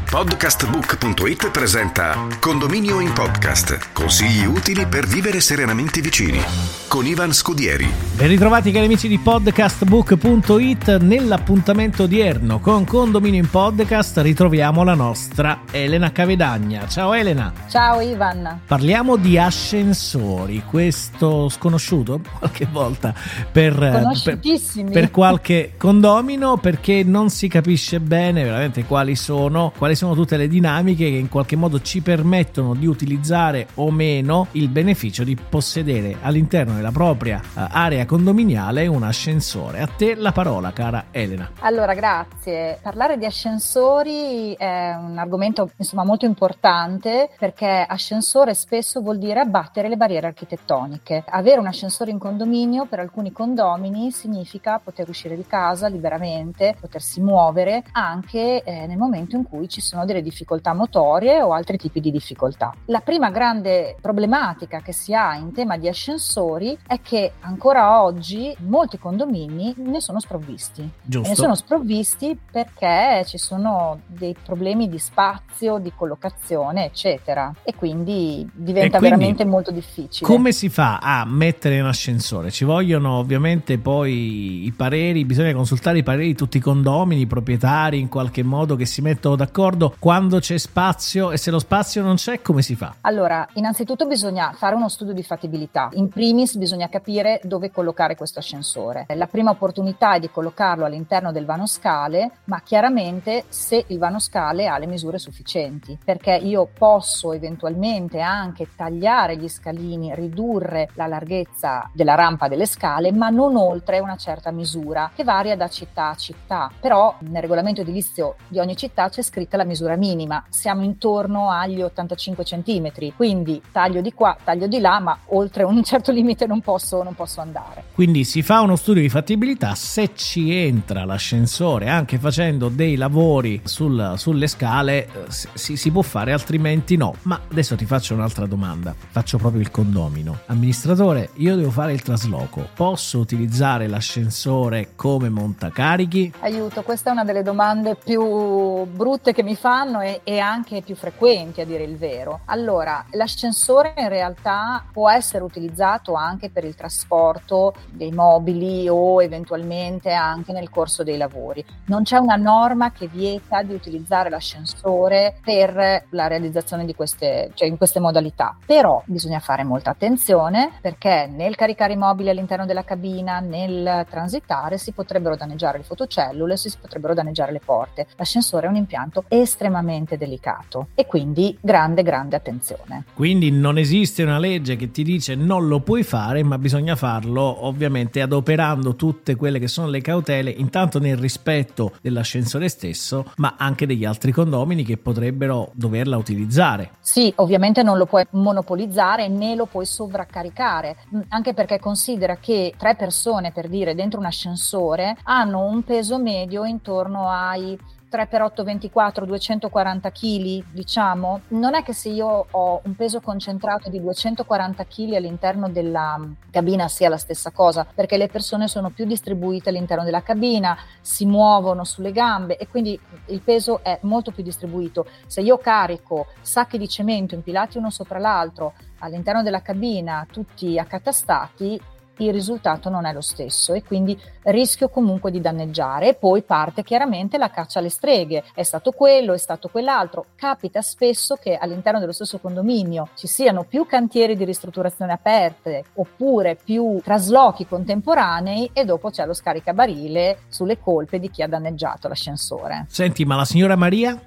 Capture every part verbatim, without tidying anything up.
Podcastbook punto it presenta Condominio in Podcast. Consigli utili per vivere serenamente vicini. Con Ivan Scudieri. Ben ritrovati cari amici di Podcastbook punto it. Nell'appuntamento odierno con Condominio in Podcast ritroviamo la nostra Elena Cavedagna. Ciao Elena. Ciao Ivan. Parliamo di ascensori, questo sconosciuto qualche volta per, per, per qualche condomino, perché non si capisce bene veramente quali sono, quali sono tutte le dinamiche che in qualche modo ci permettono di utilizzare o meno il beneficio di possedere all'interno della propria uh, area condominiale un ascensore. A te la parola, cara Elena. Allora, grazie. Parlare di ascensori è un argomento insomma molto importante, perché ascensore spesso vuol dire abbattere le barriere architettoniche. Avere un ascensore in condominio per alcuni condomini significa poter uscire di casa liberamente, potersi muovere anche eh, nel momento in cui ci sono delle difficoltà motorie o altri tipi di difficoltà. La prima grande problematica che si ha in tema di ascensori è che ancora oggi molti condomini ne sono sprovvisti. Giusto. E ne sono sprovvisti perché ci sono dei problemi di spazio, di collocazione, eccetera. E quindi diventa e quindi, veramente molto difficile. Come si fa a mettere un ascensore? Ci vogliono ovviamente poi i pareri, bisogna consultare i pareri di tutti i condomini, i proprietari in qualche modo che si mettono d'accordo quando c'è spazio, e se lo spazio non c'è come si fa? Allora, innanzitutto bisogna fare uno studio di fattibilità. In primis bisogna capire dove collocare questo ascensore. La prima opportunità è di collocarlo all'interno del vano scale, ma chiaramente se il vano scale ha le misure sufficienti, perché io posso eventualmente anche tagliare gli scalini, ridurre la larghezza della rampa delle scale, ma non oltre una certa misura che varia da città a città. Però nel regolamento edilizio di ogni città c'è scritta la misura minima, siamo intorno agli ottantacinque centimetri, quindi taglio di qua, taglio di là, ma oltre un certo limite non posso, non posso andare. Quindi si fa uno studio di fattibilità, se ci entra l'ascensore anche facendo dei lavori sul, sulle scale si, si può fare, altrimenti no. Ma adesso ti faccio un'altra domanda, faccio proprio il condomino. Amministratore, io devo fare il trasloco, posso utilizzare l'ascensore come montacarichi? Aiuto, questa è una delle domande più brutte che mi fanno e, e anche più frequenti, a dire il vero. Allora, l'ascensore in realtà può essere utilizzato anche per il trasporto dei mobili o eventualmente anche nel corso dei lavori. Non c'è una norma che vieta di utilizzare l'ascensore per la realizzazione di queste, cioè in queste modalità, però bisogna fare molta attenzione, perché nel caricare i mobili all'interno della cabina, nel transitare, si potrebbero danneggiare le fotocellule, si potrebbero danneggiare le porte. L'ascensore è un impianto estremamente delicato e quindi grande grande attenzione. Quindi non esiste una legge che ti dice non lo puoi fare, ma bisogna farlo ovviamente adoperando tutte quelle che sono le cautele, intanto nel rispetto dell'ascensore stesso, ma anche degli altri condomini che potrebbero doverla utilizzare. Sì, ovviamente non lo puoi monopolizzare né lo puoi sovraccaricare, anche perché considera che tre persone, per dire, dentro un ascensore hanno un peso medio intorno ai tre per otto ventiquattro, duecentoquaranta chili, diciamo. Non è che se io ho un peso concentrato di duecentoquaranta chili all'interno della cabina sia la stessa cosa, perché le persone sono più distribuite all'interno della cabina, si muovono sulle gambe e quindi il peso è molto più distribuito. Se io carico sacchi di cemento impilati uno sopra l'altro all'interno della cabina, tutti accatastati, il risultato non è lo stesso e quindi rischio comunque di danneggiare. E poi parte chiaramente la caccia alle streghe, è stato quello, è stato quell'altro. Capita spesso che all'interno dello stesso condominio ci siano più cantieri di ristrutturazione aperte oppure più traslochi contemporanei e dopo c'è lo scaricabarile sulle colpe di chi ha danneggiato l'ascensore. Senti, ma la signora Maria?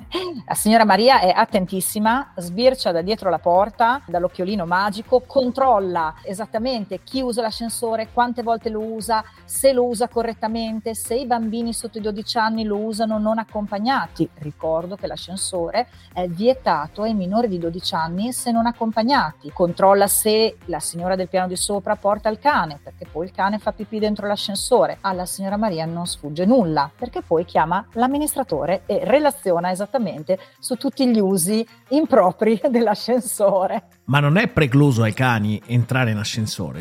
La signora Maria è attentissima, sbircia da dietro la porta, dall'occhiolino magico, controlla esattamente chi usa l'ascensore, quante volte lo usa, se lo usa correttamente, se i bambini sotto i dodici anni lo usano non accompagnati. Ricordo che l'ascensore è vietato ai minori di dodici anni se non accompagnati. Controlla se la signora del piano di sopra porta il cane, perché poi il cane fa pipì dentro l'ascensore. Alla signora Maria non sfugge nulla, perché poi chiama l'amministratore e relaziona esattamente su tutti gli usi impropri dell'ascensore. Ma non è precluso ai cani entrare in ascensore, giusto?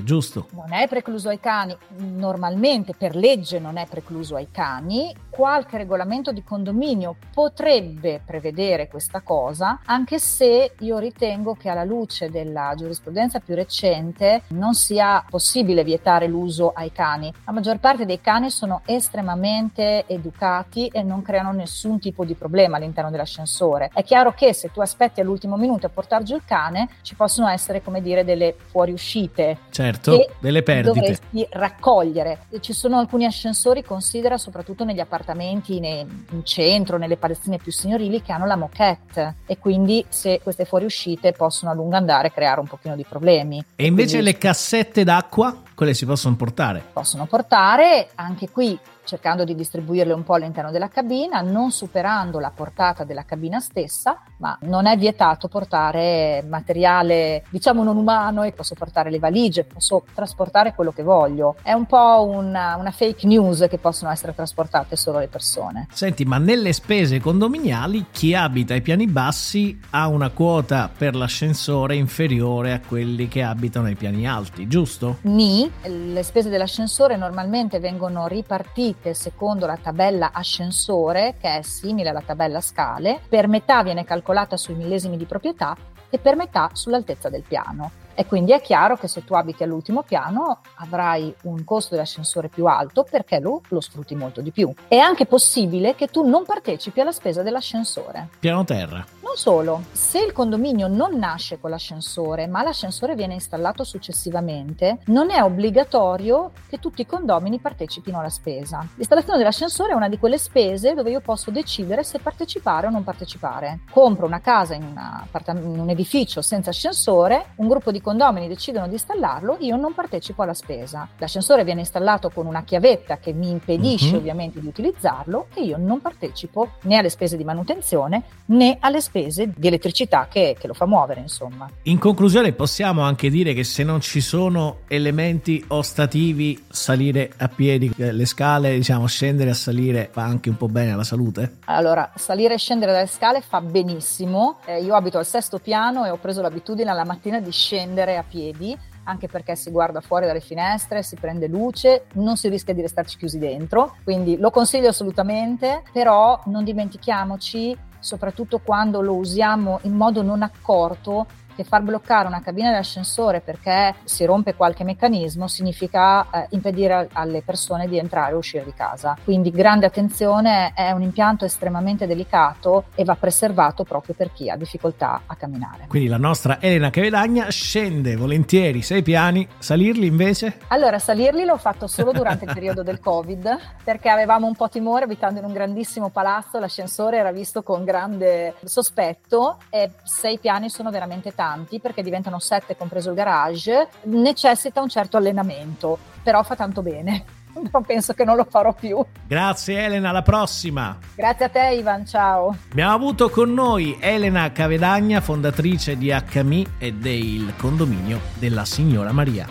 non è precluso ai cani, normalmente per legge non è precluso ai cani, qualche regolamento di condominio potrebbe prevedere questa cosa, anche se io ritengo che alla luce della giurisprudenza più recente non sia possibile vietare l'uso ai cani. La maggior parte dei cani sono estremamente educati e non creano nessun tipo di problema all'interno dell'ascensore. È chiaro che se tu aspetti all'ultimo minuto a portar giù il cane, ci possono essere, come dire, delle fuoriuscite. Certo, che delle perdite. Dovresti raccogliere. Ci sono alcuni ascensori, considera, soprattutto negli appartamenti nei, in centro, nelle palazzine più signorili, che hanno la moquette, e quindi se queste fuoriuscite possono a lungo andare creare un pochino di problemi. E invece quindi, le cassette d'acqua, quelle si possono portare? Possono portare, anche qui cercando di distribuirle un po' all'interno della cabina, non superando la portata della cabina stessa, ma non è vietato portare materiale, diciamo, non umano, e posso portare le valigie, posso trasportare quello che voglio. È un po' una, una fake news che possono essere trasportate solo le persone. Senti, ma nelle spese condominiali chi abita ai piani bassi ha una quota per l'ascensore inferiore a quelli che abitano ai piani alti, giusto? Ni, le spese dell'ascensore normalmente vengono ripartite secondo la tabella ascensore, che è simile alla tabella scale. Per metà viene calcolata sui millesimi di proprietà e per metà sull'altezza del piano. E quindi è chiaro che se tu abiti all'ultimo piano avrai un costo dell'ascensore più alto perché lo, lo sfrutti molto di più. È anche possibile che tu non partecipi alla spesa dell'ascensore. Piano terra. Non solo, se il condominio non nasce con l'ascensore, ma l'ascensore viene installato successivamente, non è obbligatorio che tutti i condomini partecipino alla spesa. L'installazione dell'ascensore è una di quelle spese dove io posso decidere se partecipare o non partecipare. Compro una casa in, una, in un edificio senza ascensore, un gruppo di condomini decidono di installarlo, io non partecipo alla spesa. L'ascensore viene installato con una chiavetta che mi impedisce mm-hmm. ovviamente di utilizzarlo, e io non partecipo né alle spese di manutenzione né alle spese di elettricità che, che lo fa muovere, insomma. In conclusione possiamo anche dire che se non ci sono elementi ostativi, salire a piedi le scale, diciamo scendere a salire, fa anche un po' bene alla salute? Allora, salire e scendere dalle scale fa benissimo. Eh, io abito al sesto piano e ho preso l'abitudine alla mattina di scendere a piedi, anche perché si guarda fuori dalle finestre, si prende luce, non si rischia di restarci chiusi dentro, quindi lo consiglio assolutamente. Però non dimentichiamoci, soprattutto quando lo usiamo in modo non accorto, che far bloccare una cabina dell'ascensore perché si rompe qualche meccanismo significa eh, impedire alle persone di entrare o uscire di casa. Quindi grande attenzione, è un impianto estremamente delicato e va preservato proprio per chi ha difficoltà a camminare. Quindi la nostra Elena Cavedagna scende volentieri sei piani, salirli invece? Allora, salirli l'ho fatto solo durante il periodo del Covid, perché avevamo un po' timore, abitando in un grandissimo palazzo, l'ascensore era visto con grande sospetto, e sei piani sono veramente tanti, perché diventano sette compreso il garage, necessita un certo allenamento, però fa tanto bene. Non penso che non lo farò più. Grazie Elena, alla prossima. Grazie a te Ivan, ciao. Abbiamo avuto con noi Elena Cavedagna, fondatrice di H M I e del condominio della Signora Maria.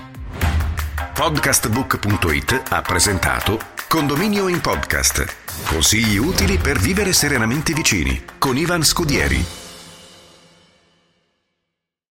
Podcastbook punto it ha presentato Condominio in Podcast. Consigli utili per vivere serenamente vicini con Ivan Scudieri.